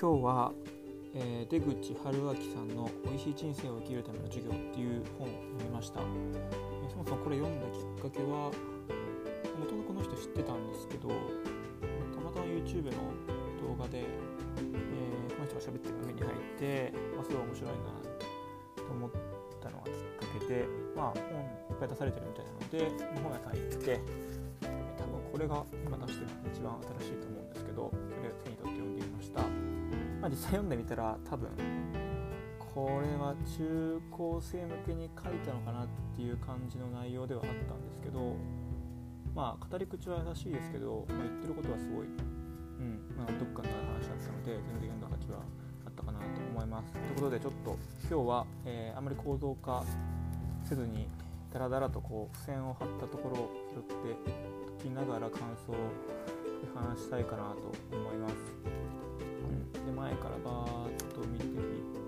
今日は、出口春明さんの美味しい人生を生きるための授業っていう本を読みました。そもそもこれ読んだきっかけは元々この人知ってたんですけど、たまたま YouTube の動画で、この人が喋ってるの目に入って、すごい面白いなと思ったのがきっかけで、本いっぱい出されてるみたいなので、本屋さん行って多分これが今出してるのが一番新しいと思うんですけど、それを手に取って読んでみました。実際読んでみたら多分これは中高生向けに書いたのかなっていう感じの内容ではあったんですけど、語り口は優しいですけど、言ってることはすごい、どっかの話だったので全然読んだ価値はあったかなと思います。ということでちょっと今日は、あまり構造化せずにだらだらと付箋を貼ったところを拾って解きながら感想を話したいかなと思います。で前からバーッと見てみて、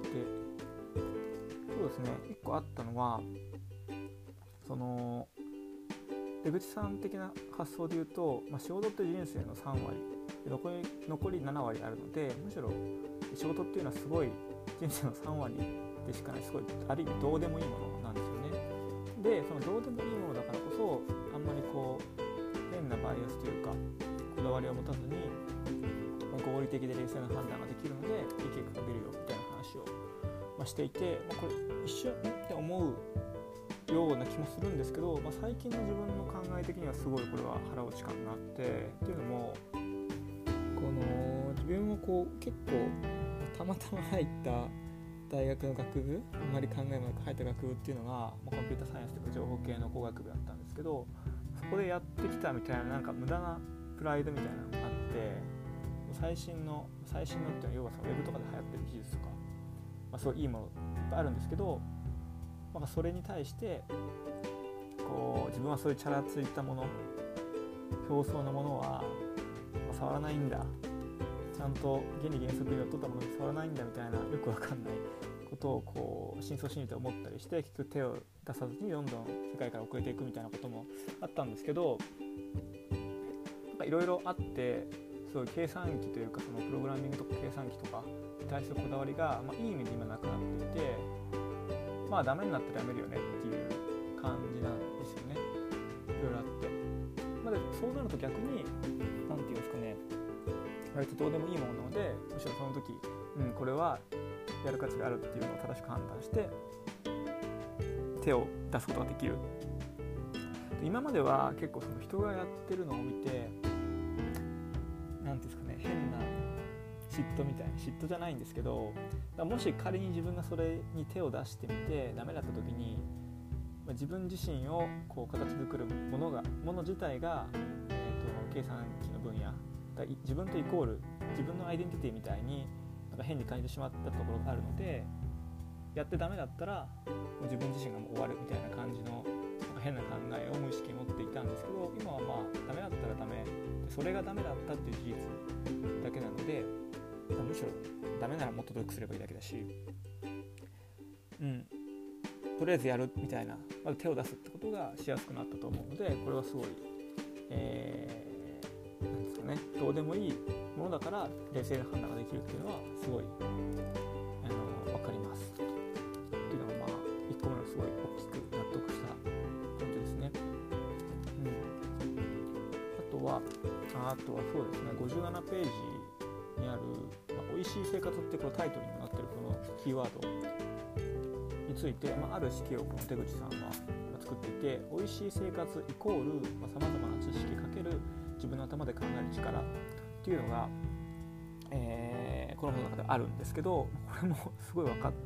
そうですね、1個あったのはその出口さん的な発想で言うと、仕事って人生の3割残り7割あるので、むしろ仕事っていうのはすごい人生の3割でしかない、すごいある意味どうでもいいものなんですよね。でそのどうでもいいものだからこそあんまり変なバイアスというかこだわりを持たずに合理的で冷静な判断ができるのでいい結果が出るよみたいな話を、していて、これ一瞬って思うような気もするんですけど、最近の自分の考え的にはすごいこれは腹落ち感があって、っていうのもこの自分も結構たまたま入った大学の学部、あんまり考えもなく入った学部っていうのが、コンピューターサイエンスとか情報系の工学部だったんですけど、そこでやってきたみたいな無駄なプライドみたいなのがあって、最新のっていうのは要はウェブとかで流行ってる技術とか、そういいものいっぱいあるんですけど、それに対して自分はそういうチャラついたもの、表層のものは、触らないんだ、ちゃんと原理原則にのっとったものに触らないんだみたいな、よくわかんないことを深層心理で思ったりして、結局手を出さずにどんどん世界から遅れていくみたいなこともあったんですけど、いろいろあって、そういう計算機というか、そのプログラミングとか計算機とかに対するこだわりが、いい意味で今なくなっていて、ダメになったらやめるよねっていう感じなんですよね。いろいろあって、でそうなると逆になんていうんですかね、割とどうでもいいものなので、むしろその時、これはやる価値があるっていうのを正しく判断して手を出すことができる。今までは結構その人がやってるのを見て、なんていうんですかね、変な嫉妬みたいな、嫉妬じゃないんですけど、もし仮に自分がそれに手を出してみてダメだった時に、自分自身を形作るもの自体が、計算機の分野だ、自分とイコール自分のアイデンティティみたいに変に感じてしまったところがあるので、やってダメだったらもう自分自身がもう終わるみたいな感じの変な考えを無意識に持っていたんですけど、今はダメだったらダメ、それがダメだったっていう事実だけなので、むしろダメならもっと努力すればいいだけだし、とりあえずやるみたいな、まず手を出すってことがしやすくなったと思うので、これはすごい、なんですかね、どうでもいいものだから冷静な判断ができるっていうのはすごい分かりますっていうのが1個目のすごい大きく納得したポイントですね。あとはそうですね、57ページにある、美味しい生活ってタイトルにもなってるこのキーワードについて、ある式をこの出口さんは作っていて、美味しい生活イコールさまざまな知識かける自分の頭で考える力っていうのが、この本の中であるんですけど、これもすごい分かって、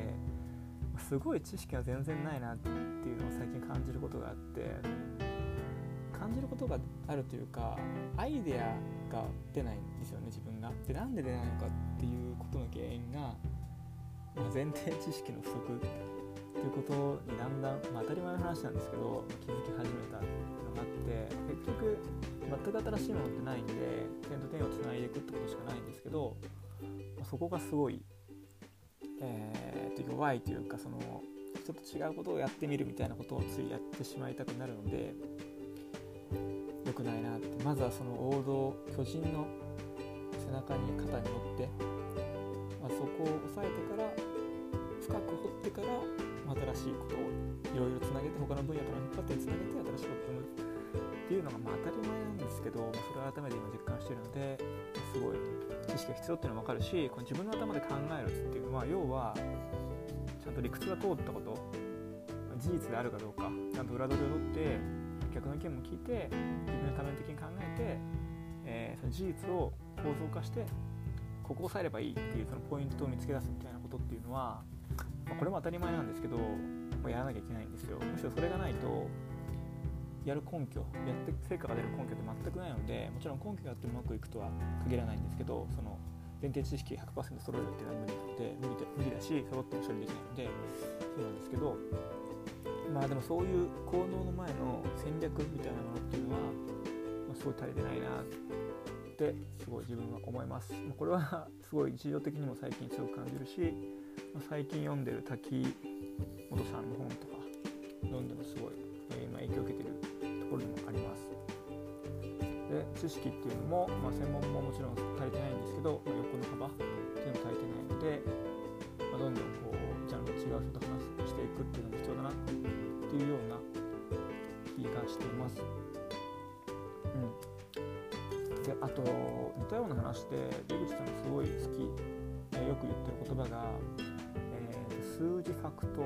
すごい知識が全然ないなっていうのを最近感じることがあって、感じることがあるというか、アイデアが出ないんですよね、自分が。で、なんで出ないのかっていうことの原因が、前提知識の不足ということにだんだん、当たり前の話なんですけど気づき始めたのがあって、結局全く新しいものってないんで、点と点をつないでいくってことしかないんですけど、そこがすごい、弱いというか、ちょっと違うことをやってみるみたいなことをついやってしまいたくなるので、良くないなって。まずはその王道、巨人の背中に肩に乗って、そこを押さえてから深く掘ってから、新しいことをいろいろつなげて、他の分野から引っ張ってつなげて新しいことを生むっていうのが当たり前なんですけど、それを改めて今実感しているので、すごい知識が必要っていうのは分かるし、この自分の頭で考えるっていうのは、要はちゃんと理屈が通ったこと、事実であるかどうかちゃんと裏取りを取って逆の意見も聞いて自分のため的に考えて、その事実を構造化してここを押さえればいいっていうそのポイントを見つけ出すみたいなことっていうのは、これも当たり前なんですけど、やらなきゃいけないんですよ。むしろそれがないとやる根拠、やって成果が出る根拠って全くないので、もちろん根拠があってうまくいくとは限らないんですけど、その前提知識 100% 揃えるっていうのは無理だし、揃っても処理できないのでそうなんですけど、でもそういう行動の前の戦略みたいなものっていうのは、すごい足りてないなってすごい自分は思います。これはすごい日常的にも最近強く感じるし、最近読んでる滝本さんの本とか読んでもすごい、影響を受けているところでもあります。で、知識っていうのも、専門ももちろん足りてないんですけど、横の幅っていうのも足りてないので、どんどんこうジャンル違う人と話していくっていうのも必要だなっていうような気がしています。で、あと似たような話で出口さんがすごい好き、よく言ってる言葉が、数字ファクト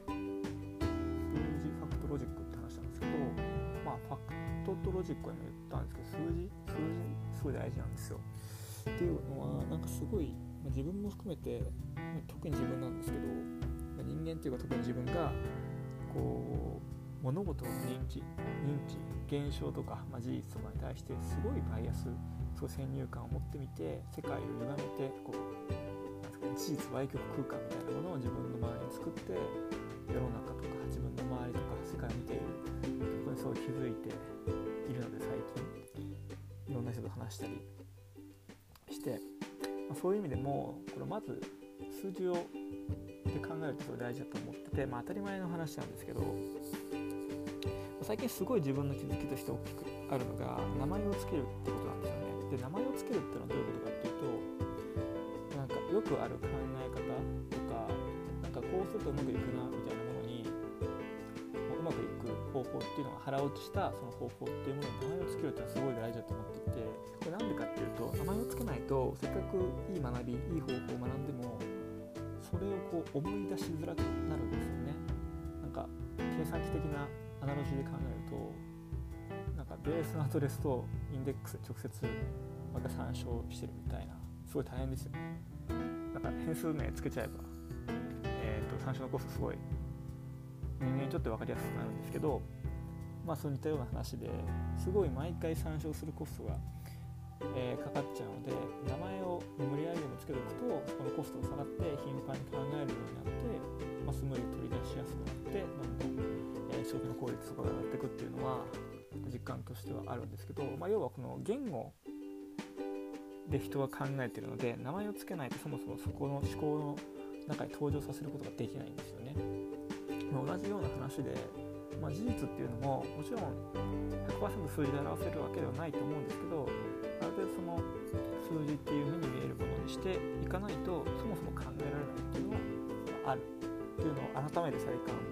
ロジックって話なんですけど、ファクトとロジックは今言ったんですけど、数字すごい大事なんですよ。っていうのはすごい、自分も含めて、特に自分なんですけど、人間っていうか特に自分がこう物事の認知、現象とか、事実とかに対してすごいバイアス、すごい先入観を持ってみて、世界を歪めて事実歪曲空間みたいなものを自分の周りに作って、世の中とか自分の周りとか世界を見ているところにそう気づいているので、最近いろんな人と話したりして、そういう意味でもこれまず数字をで考えるとすごい大事だと思ってて、当たり前の話なんですけど、最近すごい自分の気づきとして大きくあるのが名前をつけるってことなんですよね。で、名前をつけるっていうのはどういうことかっていうと、よくある考え方とか、こうするとうまくいくなみたいなものに、うまくいく方法っていうのが腹落ちしたその方法っていうものに名前をつけるっていうのはすごい大事だと思っていて、これなんでかっていうと、名前をつけないとせっかくいい学び、いい方法を学んでもそれを思い出しづらくなるんですよね。計算機的なアナロジーで考えると、ベースのアドレスとインデックスで直接参照してるみたいな、すごい大変ですよね。変数名つけちゃえば、参照のコストすごい人間にとって分かりやすくなるんですけど、そう似たような話ですごい毎回参照するコストが、かかっちゃうので、名前を無理やりでもつけておくとそこのコストが下がって頻繁に考えるようになって、スムーズに取り出しやすくなって、どんどん仕事の効率とかが上がっていくっていうのは実感としてはあるんですけど、要はこの言語で人は考えているので、名前をつけないとそもそもそこの思考の中に登場させることができないんですよね。同じような話で、事実っていうのももちろん 100% 数字で表せるわけではないと思うんですけど、ある程度その数字っていう目に見えるものにしていかないとそもそも考えられないっていうのはあるっていうのを改めて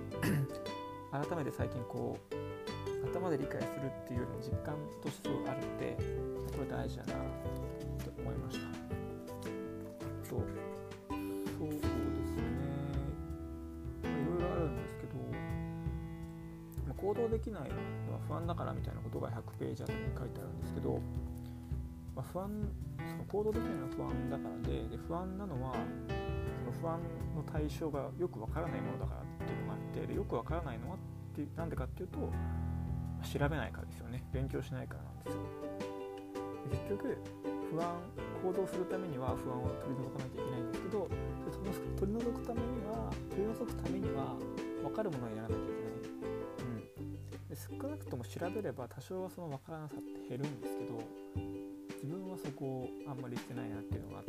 最近頭で理解するっていう実感としてあるので、これ大事だなと思いました。そうですね、いろいろあるんですけど、行動できないのは不安だからみたいなことが100ページあたりに書いてあるんですけど、その行動できないのは不安だからで、不安なのはその不安の対象がよくわからないものだからっていうのがあって、でよくわからないのはなんでかっていうと、調べないからですよね。勉強しないからなんですよ。結局行動するためには不安を取り除かなきゃいけないんですけど、取り除くためには分かるものをやらなきゃいけない、で少なくとも調べれば多少はその分からなさって減るんですけど、自分はそこをあんまりしてないなっていうのがあって、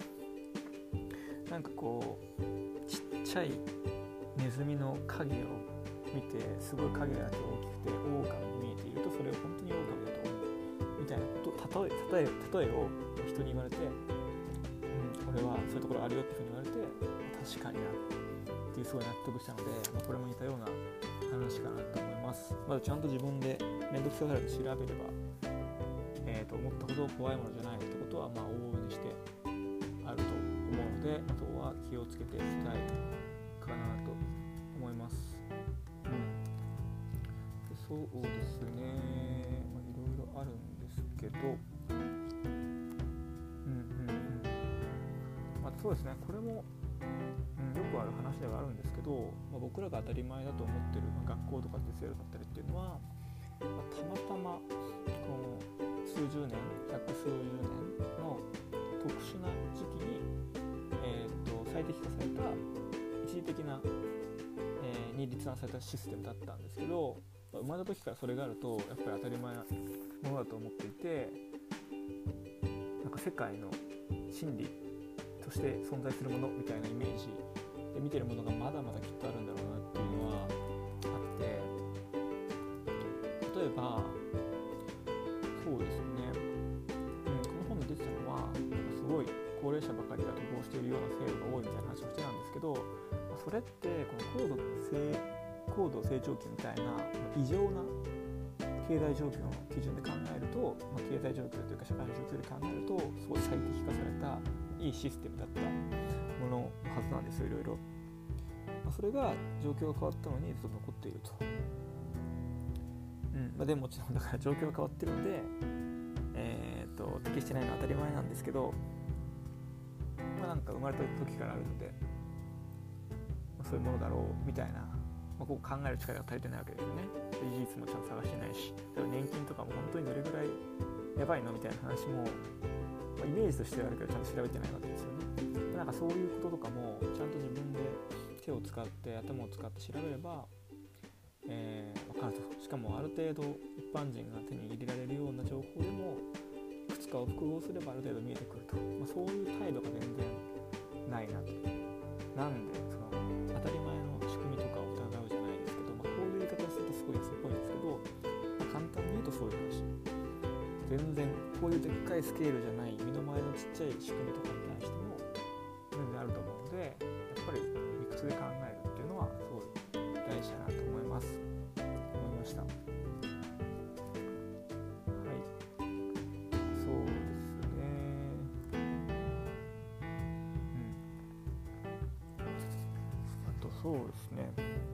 ちっちゃいネズミの影を見て、すごい影が大きくて狼に見えていると、それを本当に狼だと思うみたいなことを多例えを人に言われて、俺はそういうところあるよっていうふうに言われて、確かになっていうすごい納得したので、これも似たような話かなと思います。まずちゃんと自分で面倒くさがらず調べれば、思ったほど怖いものじゃないってことは往々にしてあると思うので、あとは気をつけていきたいかなと思います。そうですね、いろいろあるんですけど、そうですね、これも、よくある話ではあるんですけど、僕らが当たり前だと思ってる、学校とかで制度だったりっていうのは、たまたまこの数十年、百数十年の特殊な時期に、最適化された一時的な、に立案されたシステムだったんですけど、生まれた時からそれがあるとやっぱり当たり前なものだと思っていて、世界の真理として存在するものみたいなイメージで見てるものがまだまだきっとあるんだろうなっていうのはあって、例えばそうですね、この本に出てたのはすごい高齢者ばかりが渡航しているような制度が多いみたいな話をしてたんですけど、それってこの高度成長期みたいな異常な経済状況の基準で考えると、経済状況というか社会の状況で考えるとすごい最適化されたいいシステムだったもののはずなんですよ、いろいろ。それが状況が変わったのにずっと残っていると。でもちろんだから状況が変わってるので、適してないのは当たり前なんですけど、なんか生まれた時からあるので、そういうものだろうみたいな、こう考える力が足りてないわけですよね。事実もちゃんと探してないし、年金とかも本当にどれぐらいやばいのみたいな話も、イメージとしてはあるけどちゃんと調べてないわけですよね。なんかそういうこととかもちゃんと自分で手を使って頭を使って調べれば、分かると。しかもある程度一般人が手に入れられるような情報でもいくつかを複合すればある程度見えてくると、そういう態度が全然ないなと。なんでその当たり前の仕組みとかを疑うじゃないですけど、こういう言い方をするとすごい安っぽいんですけど、簡単に言うとそういう話。全然こういうでっかいスケールじゃない身の回りのちっちゃい仕組みとかに対しても全然あると思うので、やっぱり理屈で考えるっていうのはすごい大事だなと思いました。はい、そうですね。あとそうですね。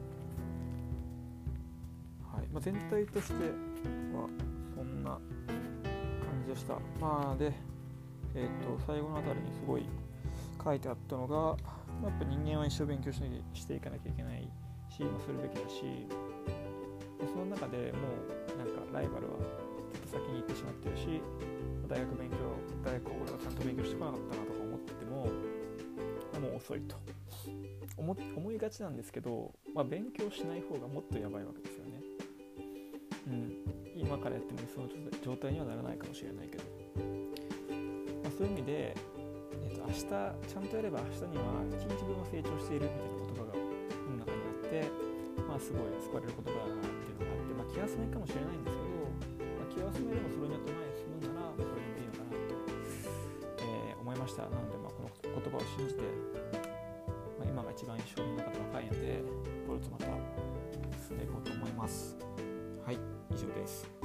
はい、全体としてはそんな感じでした。で、最後のあたりにすごい書いてあったのが、やっぱ人間は一生勉強していかなきゃいけないし、するべきだし、その中でもうなんかライバルはちょっと先に行ってしまってるし、大学俺がちゃんと勉強してこなかったなとか思っても、もう遅いと思いがちなんですけど、勉強しない方がもっとやばいわけですよね。今からやってもその状態にはならないかもしれないけど、そういう意味で、明日ちゃんとやれば明日には1日分は成長しているみたいな言葉が世の中にあって、すごい救われる言葉だなっていうのがあって、気休めかもしれないんですけど、気休めでもそれによって前に進むならそれでもいいのかなと、思いました。なので、この言葉を信じて、今が一番印象の中で若いので、これとまた進んでいこうと思います。はい、以上です。